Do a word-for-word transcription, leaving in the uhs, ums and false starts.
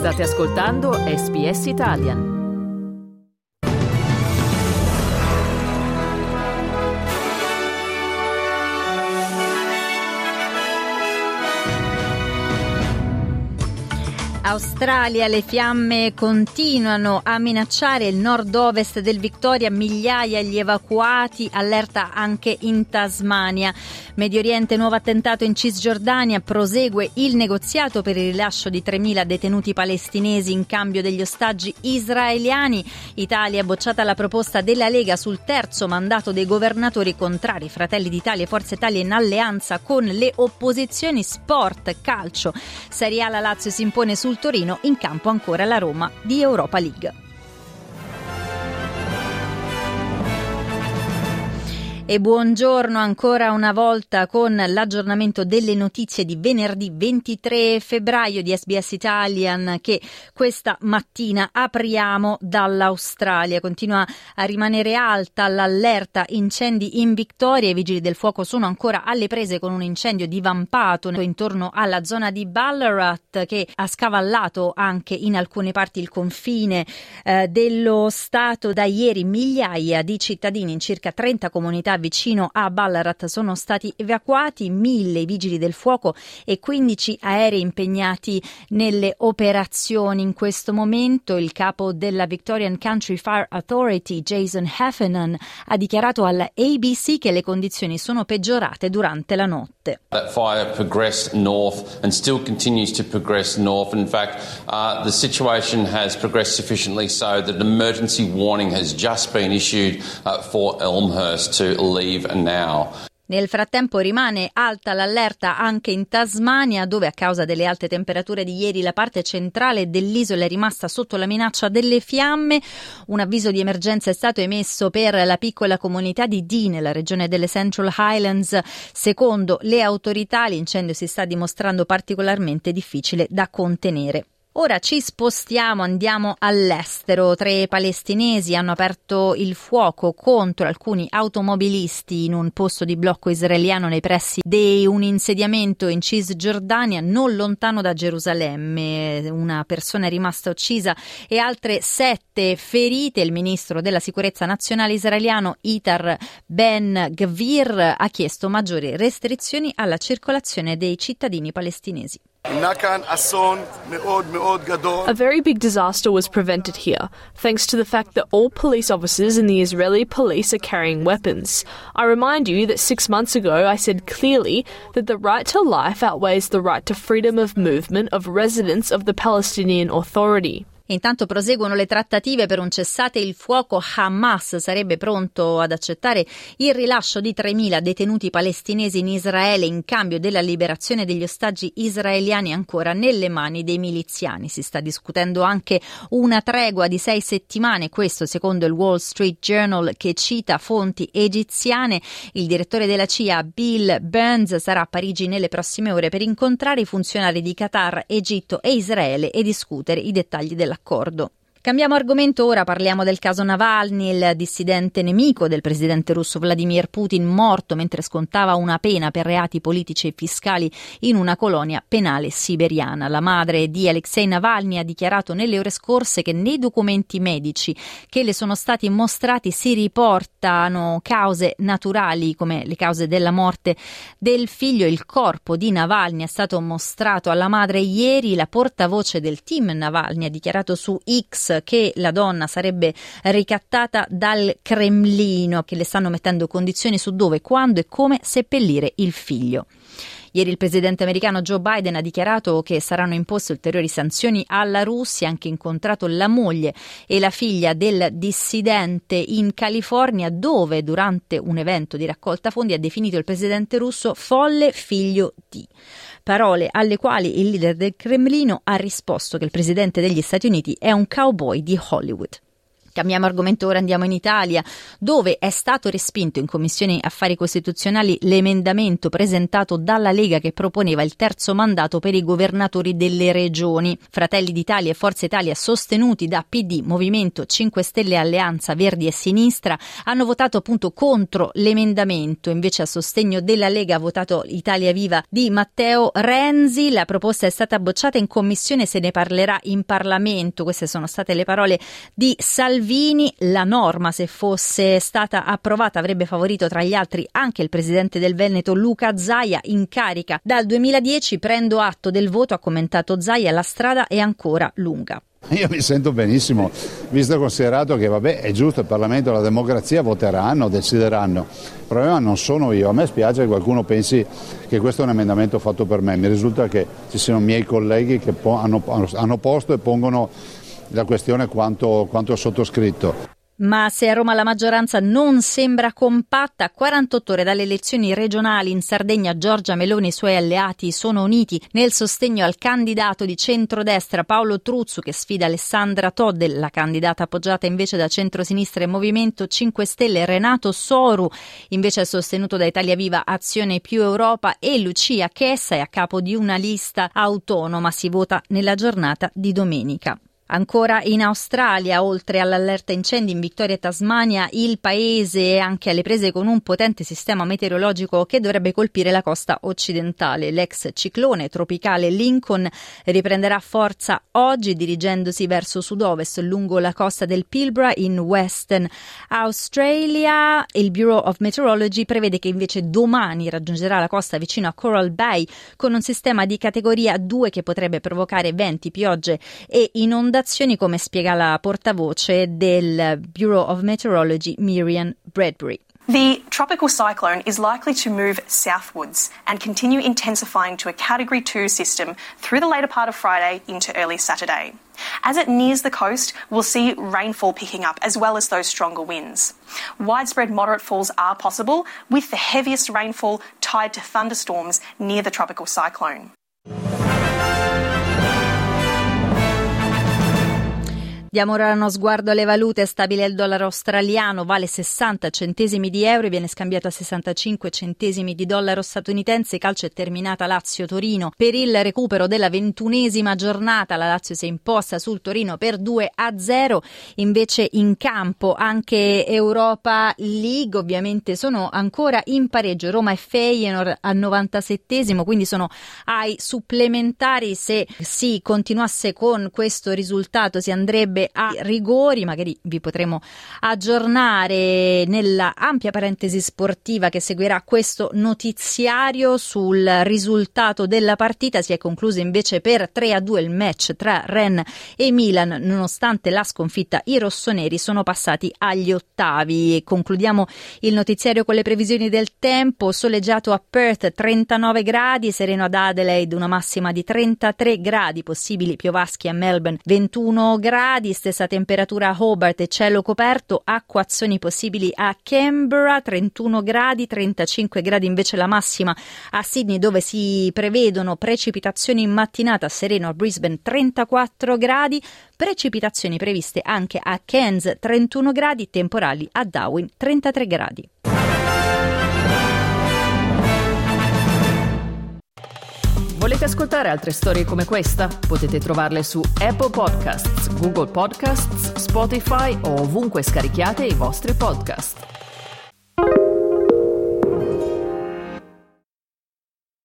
State ascoltando S B S Italian. Australia, le fiamme continuano a minacciare il nord-ovest del Victoria, migliaia gli evacuati, allerta anche in Tasmania. Medio Oriente, nuovo attentato in Cisgiordania, prosegue il negoziato per il rilascio di tremila detenuti palestinesi in cambio degli ostaggi israeliani. Italia, bocciata la proposta della Lega sul terzo mandato dei governatori contrari, Fratelli d'Italia e Forza Italia in alleanza con le opposizioni. Sport, calcio, Serie A, la Lazio si impone sul Torino, in campo ancora la Roma di Europa League. E buongiorno ancora una volta con l'aggiornamento delle notizie di venerdì ventitré febbraio di S B S Italian, che questa mattina apriamo dall'Australia. Continua a rimanere alta l'allerta incendi in Victoria. I vigili del fuoco sono ancora alle prese con un incendio divampato intorno alla zona di Ballarat, che ha scavallato anche in alcune parti il confine eh, dello Stato. Da ieri migliaia di cittadini in circa trenta comunità vicino a Ballarat sono stati evacuati, mille i vigili del fuoco e quindici aerei impegnati nelle operazioni. In questo momento il capo della Victorian Country Fire Authority, Jason Heffernan, ha dichiarato alla A B C che le condizioni sono peggiorate durante la notte. That fire progressed north and still continues to progress north. In fact, uh, the situation has progressed sufficiently so that an emergency warning has just been issued uh, for Elmhurst to leave now. Nel frattempo rimane alta l'allerta anche in Tasmania, dove a causa delle alte temperature di ieri la parte centrale dell'isola è rimasta sotto la minaccia delle fiamme. Un avviso di emergenza è stato emesso per la piccola comunità di Dee, nella regione delle Central Highlands. Secondo le autorità l'incendio si sta dimostrando particolarmente difficile da contenere. Ora ci spostiamo, andiamo all'estero. Tre palestinesi hanno aperto il fuoco contro alcuni automobilisti in un posto di blocco israeliano nei pressi di un insediamento in Cisgiordania, non lontano da Gerusalemme. Una persona è rimasta uccisa e altre sette ferite. Il ministro della sicurezza nazionale israeliano Itamar Ben-Gvir ha chiesto maggiori restrizioni alla circolazione dei cittadini palestinesi. A very big disaster was prevented here, thanks to the fact that all police officers in the Israeli police are carrying weapons. I remind you that six months ago I said clearly that the right to life outweighs the right to freedom of movement of residents of the Palestinian Authority. Intanto proseguono le trattative per un cessate il fuoco. Hamas sarebbe pronto ad accettare il rilascio di tremila detenuti palestinesi in Israele in cambio della liberazione degli ostaggi israeliani ancora nelle mani dei miliziani. Si sta discutendo anche una tregua di sei settimane, questo secondo il Wall Street Journal, che cita fonti egiziane. Il direttore della C I A, Bill Burns, sarà a Parigi nelle prossime ore per incontrare i funzionari di Qatar, Egitto e Israele e discutere i dettagli della accordo. Cambiamo argomento ora, parliamo del caso Navalny, il dissidente nemico del presidente russo Vladimir Putin, morto mentre scontava una pena per reati politici e fiscali in una colonia penale siberiana. La madre di Alexei Navalny ha dichiarato nelle ore scorse che nei documenti medici che le sono stati mostrati si riportano cause naturali come le cause della morte del figlio. Il corpo di Navalny è stato mostrato alla madre ieri. La portavoce del team Navalny ha dichiarato su X che la donna sarebbe ricattata dal Cremlino, che le stanno mettendo condizioni su dove, quando e come seppellire il figlio. Ieri il presidente americano Joe Biden ha dichiarato che saranno imposte ulteriori sanzioni alla Russia. Ha anche incontrato la moglie e la figlia del dissidente in California, dove durante un evento di raccolta fondi ha definito il presidente russo folle figlio di. Parole alle quali il leader del Cremlino ha risposto che il presidente degli Stati Uniti è un cowboy di Hollywood. Cambiamo argomento, ora andiamo in Italia, dove è stato respinto in Commissione Affari Costituzionali l'emendamento presentato dalla Lega che proponeva il terzo mandato per i governatori delle regioni. Fratelli d'Italia e Forza Italia, sostenuti da P D, Movimento cinque Stelle, Alleanza Verdi e Sinistra, hanno votato appunto contro l'emendamento. Invece a sostegno della Lega ha votato Italia Viva di Matteo Renzi. La proposta è stata bocciata in Commissione, se ne parlerà in Parlamento. Queste sono state le parole di Salvini. La norma, se fosse stata approvata, avrebbe favorito tra gli altri anche il presidente del Veneto Luca Zaia, in carica dal duemiladieci. Prendo atto del voto, ha commentato Zaia, la strada è ancora lunga. Io mi sento benissimo, visto e considerato che vabbè, è giusto, il Parlamento e la democrazia voteranno, decideranno. Il problema non sono io, a me spiace che qualcuno pensi che questo è un emendamento fatto per me. Mi risulta che ci siano miei colleghi che po- hanno, hanno posto e pongono la questione quanto, quanto ho sottoscritto. Ma se a Roma la maggioranza non sembra compatta, a quarantotto ore dalle elezioni regionali in Sardegna, Giorgia Meloni e i suoi alleati sono uniti nel sostegno al candidato di centrodestra Paolo Truzzu, che sfida Alessandra Todde. La candidata appoggiata invece da centrosinistra e Movimento cinque Stelle, Renato Soru, invece è sostenuto da Italia Viva, Azione Più Europa, e Lucia Chessa è a capo di una lista autonoma. Si vota nella giornata di domenica. Ancora in Australia, oltre all'allerta incendi in Victoria e Tasmania, il paese è anche alle prese con un potente sistema meteorologico che dovrebbe colpire la costa occidentale. L'ex ciclone tropicale Lincoln riprenderà forza oggi dirigendosi verso sud-ovest lungo la costa del Pilbara in Western Australia. Il Bureau of Meteorology prevede che invece domani raggiungerà la costa vicino a Coral Bay con un sistema di categoria due che potrebbe provocare venti, piogge e inondazioni, come spiega la portavoce del Bureau of Meteorology, Miriam Bradbury. The tropical cyclone is likely to move southwards and continue intensifying to a Category two system through the later part of Friday into early Saturday. As it nears the coast, we'll see rainfall picking up as well as those stronger winds. Widespread moderate falls are possible, with the heaviest rainfall tied to thunderstorms near the tropical cyclone. Diamo ora uno sguardo alle valute. Stabile il dollaro australiano, vale sessanta centesimi di euro e viene scambiato a sessantacinque centesimi di dollaro statunitense. Calcio, è terminata Lazio-Torino. Per il recupero della ventunesima giornata la Lazio si è imposta sul Torino per due a zero. Invece in campo anche Europa League, ovviamente sono ancora in pareggio Roma e Feyenoord al novantasettesimo, quindi sono ai supplementari. Se si continuasse con questo risultato si andrebbe a rigori. Magari vi potremo aggiornare nella ampia parentesi sportiva che seguirà questo notiziario sul risultato della partita. Si è concluso invece per tre a due il match tra Rennes e Milan. Nonostante la sconfitta, i rossoneri sono passati agli ottavi. Concludiamo il notiziario con le previsioni del tempo. Soleggiato a Perth, trentanove gradi, sereno ad Adelaide, una massima di trentatré gradi, possibili piovaschi a Melbourne, ventuno gradi, stessa temperatura a Hobart e cielo coperto, acquazzoni possibili a Canberra, trentuno gradi, trentacinque gradi invece la massima a Sydney, dove si prevedono precipitazioni in mattinata, sereno a Brisbane, trentaquattro gradi, precipitazioni previste anche a Cairns, trentuno gradi, temporali a Darwin, trentatré gradi. Volete ascoltare altre storie come questa? Potete trovarle su Apple Podcasts, Google Podcasts, Spotify o ovunque scarichiate i vostri podcast.